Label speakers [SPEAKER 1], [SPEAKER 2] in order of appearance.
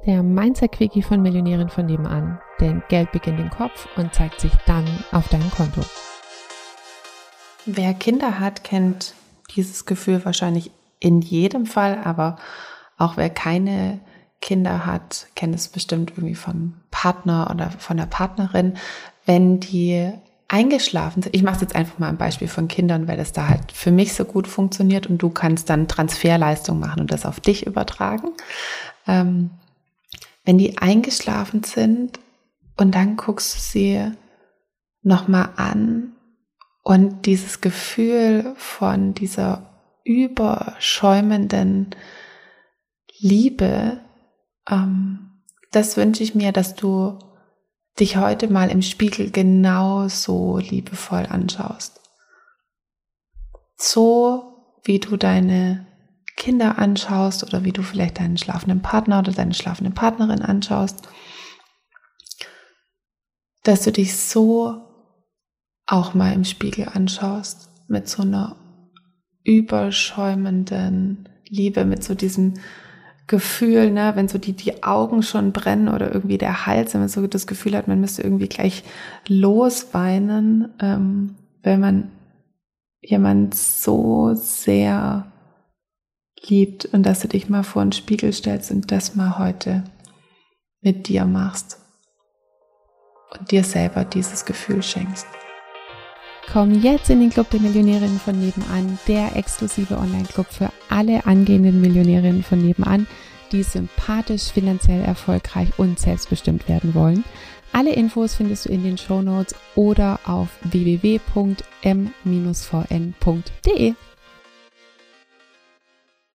[SPEAKER 1] Der Mindset-Quickie von Millionären von nebenan. Denn Geld beginnt im Kopf und zeigt sich dann auf deinem Konto.
[SPEAKER 2] Wer Kinder hat, kennt dieses Gefühl wahrscheinlich in jedem Fall, aber auch wer keine Kinder hat, kennt es bestimmt irgendwie vom Partner oder von der Partnerin, wenn die eingeschlafen sind. Ich mache es jetzt einfach mal ein Beispiel von Kindern, weil das da halt für mich so gut funktioniert und du kannst dann Transferleistung machen und das auf dich übertragen. Wenn die eingeschlafen sind und dann guckst du sie nochmal an und dieses Gefühl von dieser überschäumenden Liebe, das wünsche ich mir, dass du dich heute mal im Spiegel genauso liebevoll anschaust. So wie du deine Kinder anschaust oder wie du vielleicht deinen schlafenden Partner oder deine schlafende Partnerin anschaust, dass du dich so auch mal im Spiegel anschaust, mit so einer überschäumenden Liebe, mit so diesem Gefühl, ne, wenn so die Augen schon brennen oder irgendwie der Hals, wenn man so das Gefühl hat, man müsste irgendwie gleich losweinen, wenn man jemand so sehr liebt und dass du dich mal vor den Spiegel stellst und das mal heute mit dir machst und dir selber dieses Gefühl schenkst.
[SPEAKER 1] Komm jetzt in den Club der Millionärinnen von nebenan, der exklusive Online-Club für alle angehenden Millionärinnen von nebenan, die sympathisch, finanziell erfolgreich und selbstbestimmt werden wollen. Alle Infos findest du in den Shownotes oder auf www.m-vn.de.